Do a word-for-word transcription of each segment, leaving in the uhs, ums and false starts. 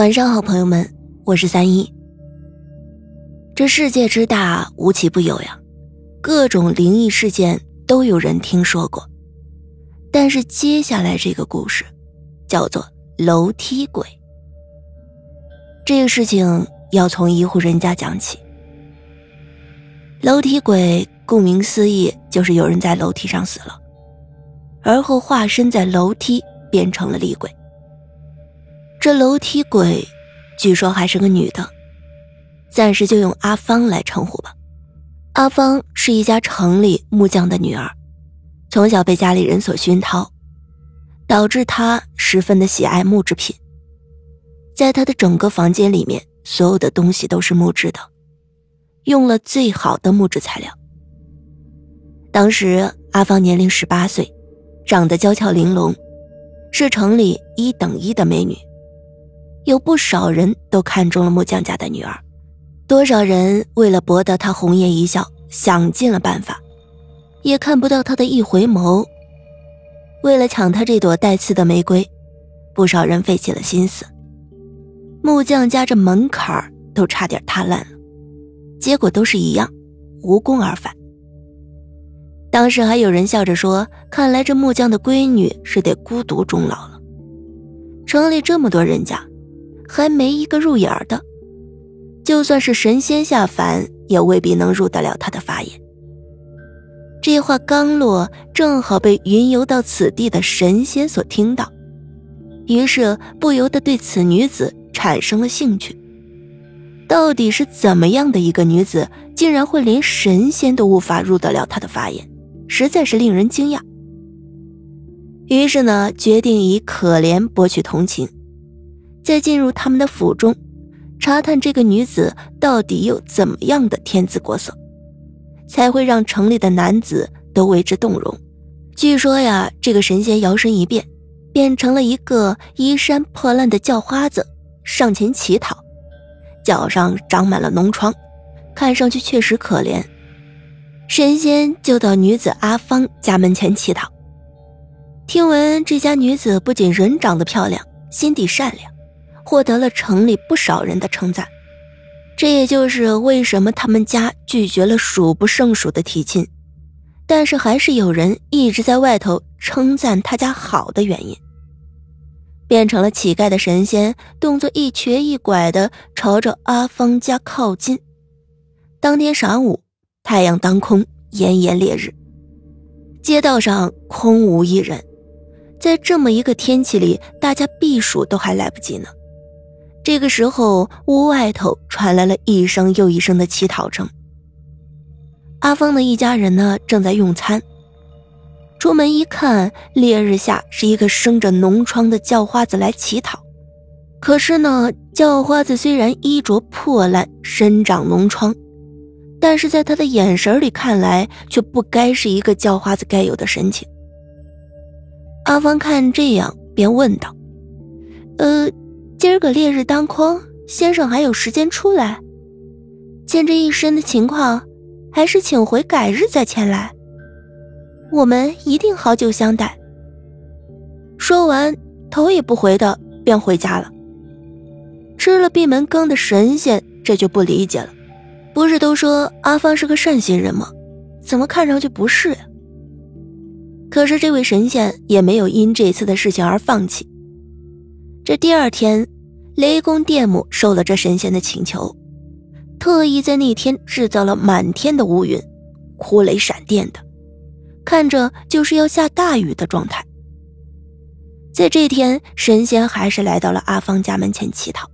晚上好，朋友们，我是三一。这世界之大，无奇不有呀，各种灵异事件都有人听说过。但是接下来这个故事叫做楼梯鬼。这个事情要从一户人家讲起。楼梯鬼顾名思义，就是有人在楼梯上死了，而后化身在楼梯变成了厉鬼。这楼梯鬼据说还是个女的，暂时就用阿芳来称呼吧。阿芳是一家城里木匠的女儿，从小被家里人所熏陶，导致她十分的喜爱木制品。在她的整个房间里面，所有的东西都是木质的，用了最好的木质材料。当时阿芳年龄十八岁，长得娇俏玲珑，是城里一等一的美女。有不少人都看中了木匠家的女儿，多少人为了博得她红颜一笑，想尽了办法，也看不到她的一回眸。为了抢她这朵带刺的玫瑰，不少人费起了心思，木匠家这门槛都差点塌烂了，结果都是一样，无功而返。当时还有人笑着说，看来这木匠的闺女是得孤独终老了，城里这么多人家，还没一个入眼的，就算是神仙下凡，也未必能入得了他的法眼。这话刚落，正好被云游到此地的神仙所听到，于是不由得对此女子产生了兴趣。到底是怎么样的一个女子，竟然会连神仙都无法入得了她的法眼，实在是令人惊讶。于是呢，决定以可怜博取同情，再进入他们的府中，查探这个女子到底有怎么样的天姿国色，才会让城里的男子都为之动容。据说呀，这个神仙摇身一变，变成了一个衣衫破烂的叫花子，上前乞讨，脚上长满了脓疮，看上去确实可怜。神仙就到女子阿芳家门前乞讨。听闻这家女子不仅人长得漂亮，心地善良，获得了城里不少人的称赞。这也就是为什么他们家拒绝了数不胜数的提亲，但是还是有人一直在外头称赞他家好的原因。变成了乞丐的神仙动作一瘸一拐地朝着阿芳家靠近。当天晌午，太阳当空，炎炎烈日，街道上空无一人。在这么一个天气里，大家避暑都还来不及呢。这个时候，屋外头传来了一声又一声的乞讨声。阿芳的一家人呢，正在用餐。出门一看，烈日下是一个生着脓疮的叫花子来乞讨。可是呢，叫花子虽然衣着破烂，身长脓疮，但是在他的眼神里看来，却不该是一个叫花子该有的神情。阿芳看这样，便问道：呃，今儿个烈日当空，先生还有时间出来？见这一身的情况，还是请回改日再前来，我们一定好酒相待。说完，头也不回的便回家了。吃了闭门羹的神仙这就不理解了，不是都说阿芳是个善心人吗？怎么看上去不是呀？可是这位神仙也没有因这次的事情而放弃。这第二天，雷公电母受了这神仙的请求，特意在那天制造了满天的乌云，哭雷闪电的，看着就是要下大雨的状态。在这天，神仙还是来到了阿芳家门前乞讨。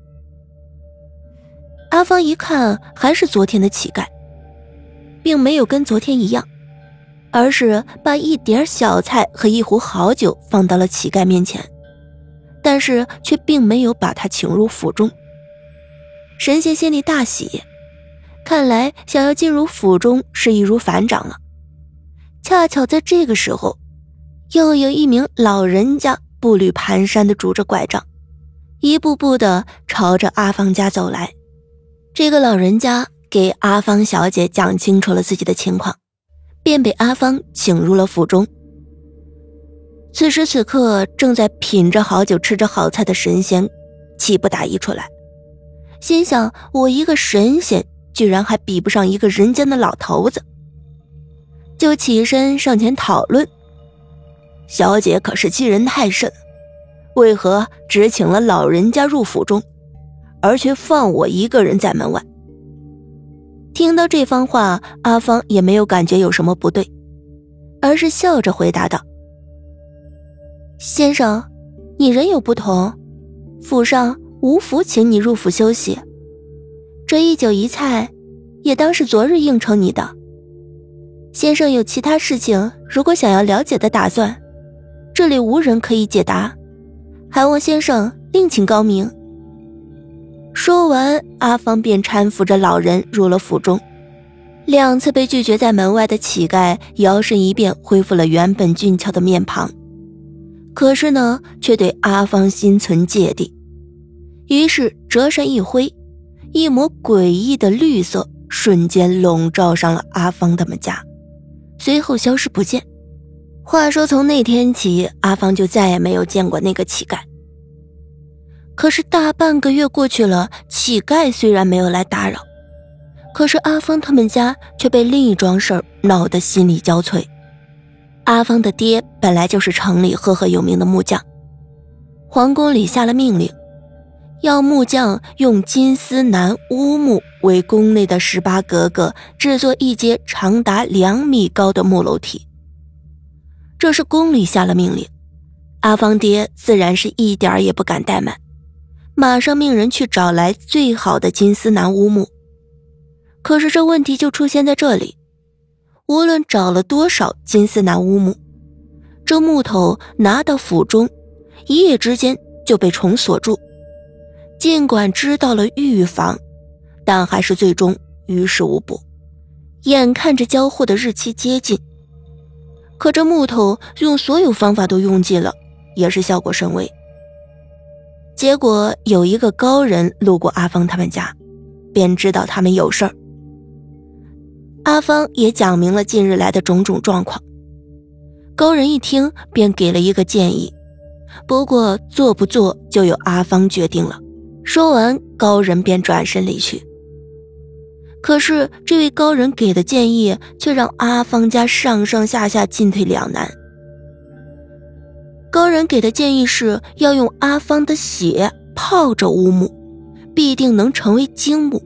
阿芳一看还是昨天的乞丐，并没有跟昨天一样，而是把一点小菜和一壶好酒放到了乞丐面前，但是却并没有把他请入府中。神仙心里大喜，看来想要进入府中是易如反掌了。恰巧在这个时候，又有一名老人家步履蹒跚地拄着拐杖，一步步地朝着阿芳家走来。这个老人家给阿芳小姐讲清楚了自己的情况，便被阿芳请入了府中。此时此刻，正在品着好酒吃着好菜的神仙气不打一处来，心想我一个神仙居然还比不上一个人间的老头子，就起身上前讨论。小姐可是欺人太甚，为何只请了老人家入府中，而却放我一个人在门外？听到这番话，阿芳也没有感觉有什么不对，而是笑着回答道：先生，你人有不同，府上无福请你入府休息，这一酒一菜也当是昨日应承你的。先生有其他事情如果想要了解的打算，这里无人可以解答，还望先生另请高明。说完，阿芳便搀扶着老人入了府中。两次被拒绝在门外的乞丐摇身一变恢复了原本俊俏的面庞，可是呢却对阿芳心存芥蒂，于是折扇一挥，一抹诡异的绿色瞬间笼罩上了阿芳他们家，随后消失不见。话说从那天起，阿芳就再也没有见过那个乞丐。可是大半个月过去了，乞丐虽然没有来打扰，可是阿芳他们家却被另一桩事儿闹得心力交瘁。阿芳的爹本来就是城里赫赫有名的木匠，皇宫里下了命令，要木匠用金丝楠乌木为宫内的十八格格制作一阶长达两米高的木楼梯。这是宫里下了命令，阿芳爹自然是一点也不敢怠慢，马上命人去找来最好的金丝楠乌木。可是这问题就出现在这里，无论找了多少金丝楠乌木，这木头拿到府中，一夜之间就被虫锁住。尽管知道了预防，但还是最终于事无补。眼看着交货的日期接近，可这木头用所有方法都用尽了，也是效果甚微。结果有一个高人路过阿芳他们家，便知道他们有事儿。阿芳也讲明了近日来的种种状况，高人一听便给了一个建议，不过做不做就由阿芳决定了。说完，高人便转身离去。可是这位高人给的建议却让阿芳家上上下下进退两难。高人给的建议是要用阿芳的血泡着乌木，必定能成为精木。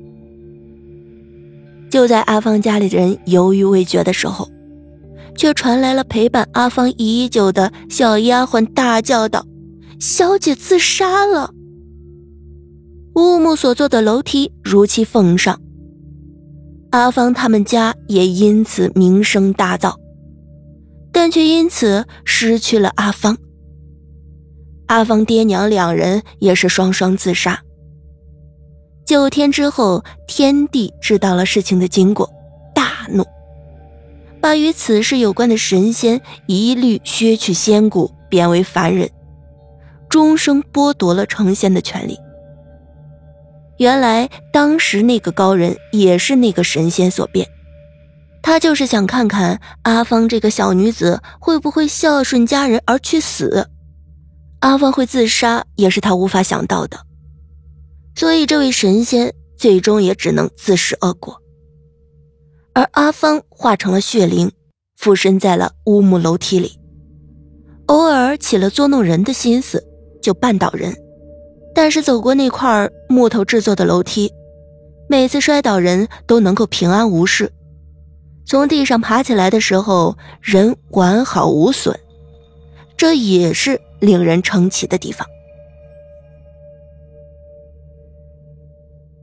就在阿芳家里人犹豫未决的时候，却传来了陪伴阿芳已久的小丫鬟大叫道：小姐自杀了！乌木所做的楼梯如期奉上，阿芳他们家也因此名声大噪，但却因此失去了阿芳。阿芳爹娘两人也是双双自杀。九天之后，天帝知道了事情的经过，大怒，把与此事有关的神仙一律削去仙骨，贬为凡人，终生剥夺了成仙的权利。原来当时那个高人也是那个神仙所变，他就是想看看阿芳这个小女子会不会孝顺家人而去死，阿芳会自杀也是他无法想到的，所以这位神仙最终也只能自食恶果。而阿芳化成了血灵，附身在了乌木楼梯里，偶尔起了捉弄人的心思，就绊倒人，但是走过那块木头制作的楼梯，每次摔倒人都能够平安无事，从地上爬起来的时候人完好无损，这也是令人称奇的地方。